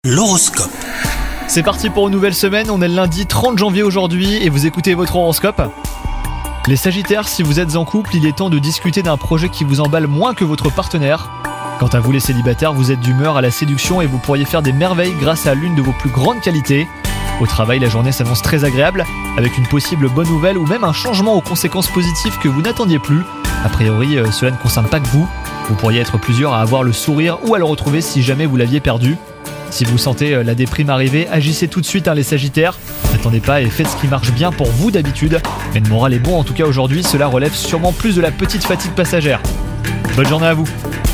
L'horoscope. C'est parti pour une nouvelle semaine, on est le lundi 30 janvier aujourd'hui et vous écoutez votre horoscope. Les Sagittaires, si vous êtes en couple, il est temps de discuter d'un projet qui vous emballe moins que votre partenaire. Quant à vous les célibataires, vous êtes d'humeur à la séduction et vous pourriez faire des merveilles grâce à l'une de vos plus grandes qualités. Au travail, la journée s'annonce très agréable, avec une possible bonne nouvelle ou même un changement aux conséquences positives que vous n'attendiez plus. A priori, cela ne concerne pas que vous. Vous pourriez être plusieurs à avoir le sourire ou à le retrouver si jamais vous l'aviez perdu. Si vous sentez la déprime arriver, agissez tout de suite les Sagittaires. N'attendez pas et faites ce qui marche bien pour vous d'habitude. Mais le moral est bon en tout cas aujourd'hui, cela relève sûrement plus de la petite fatigue passagère. Bonne journée à vous.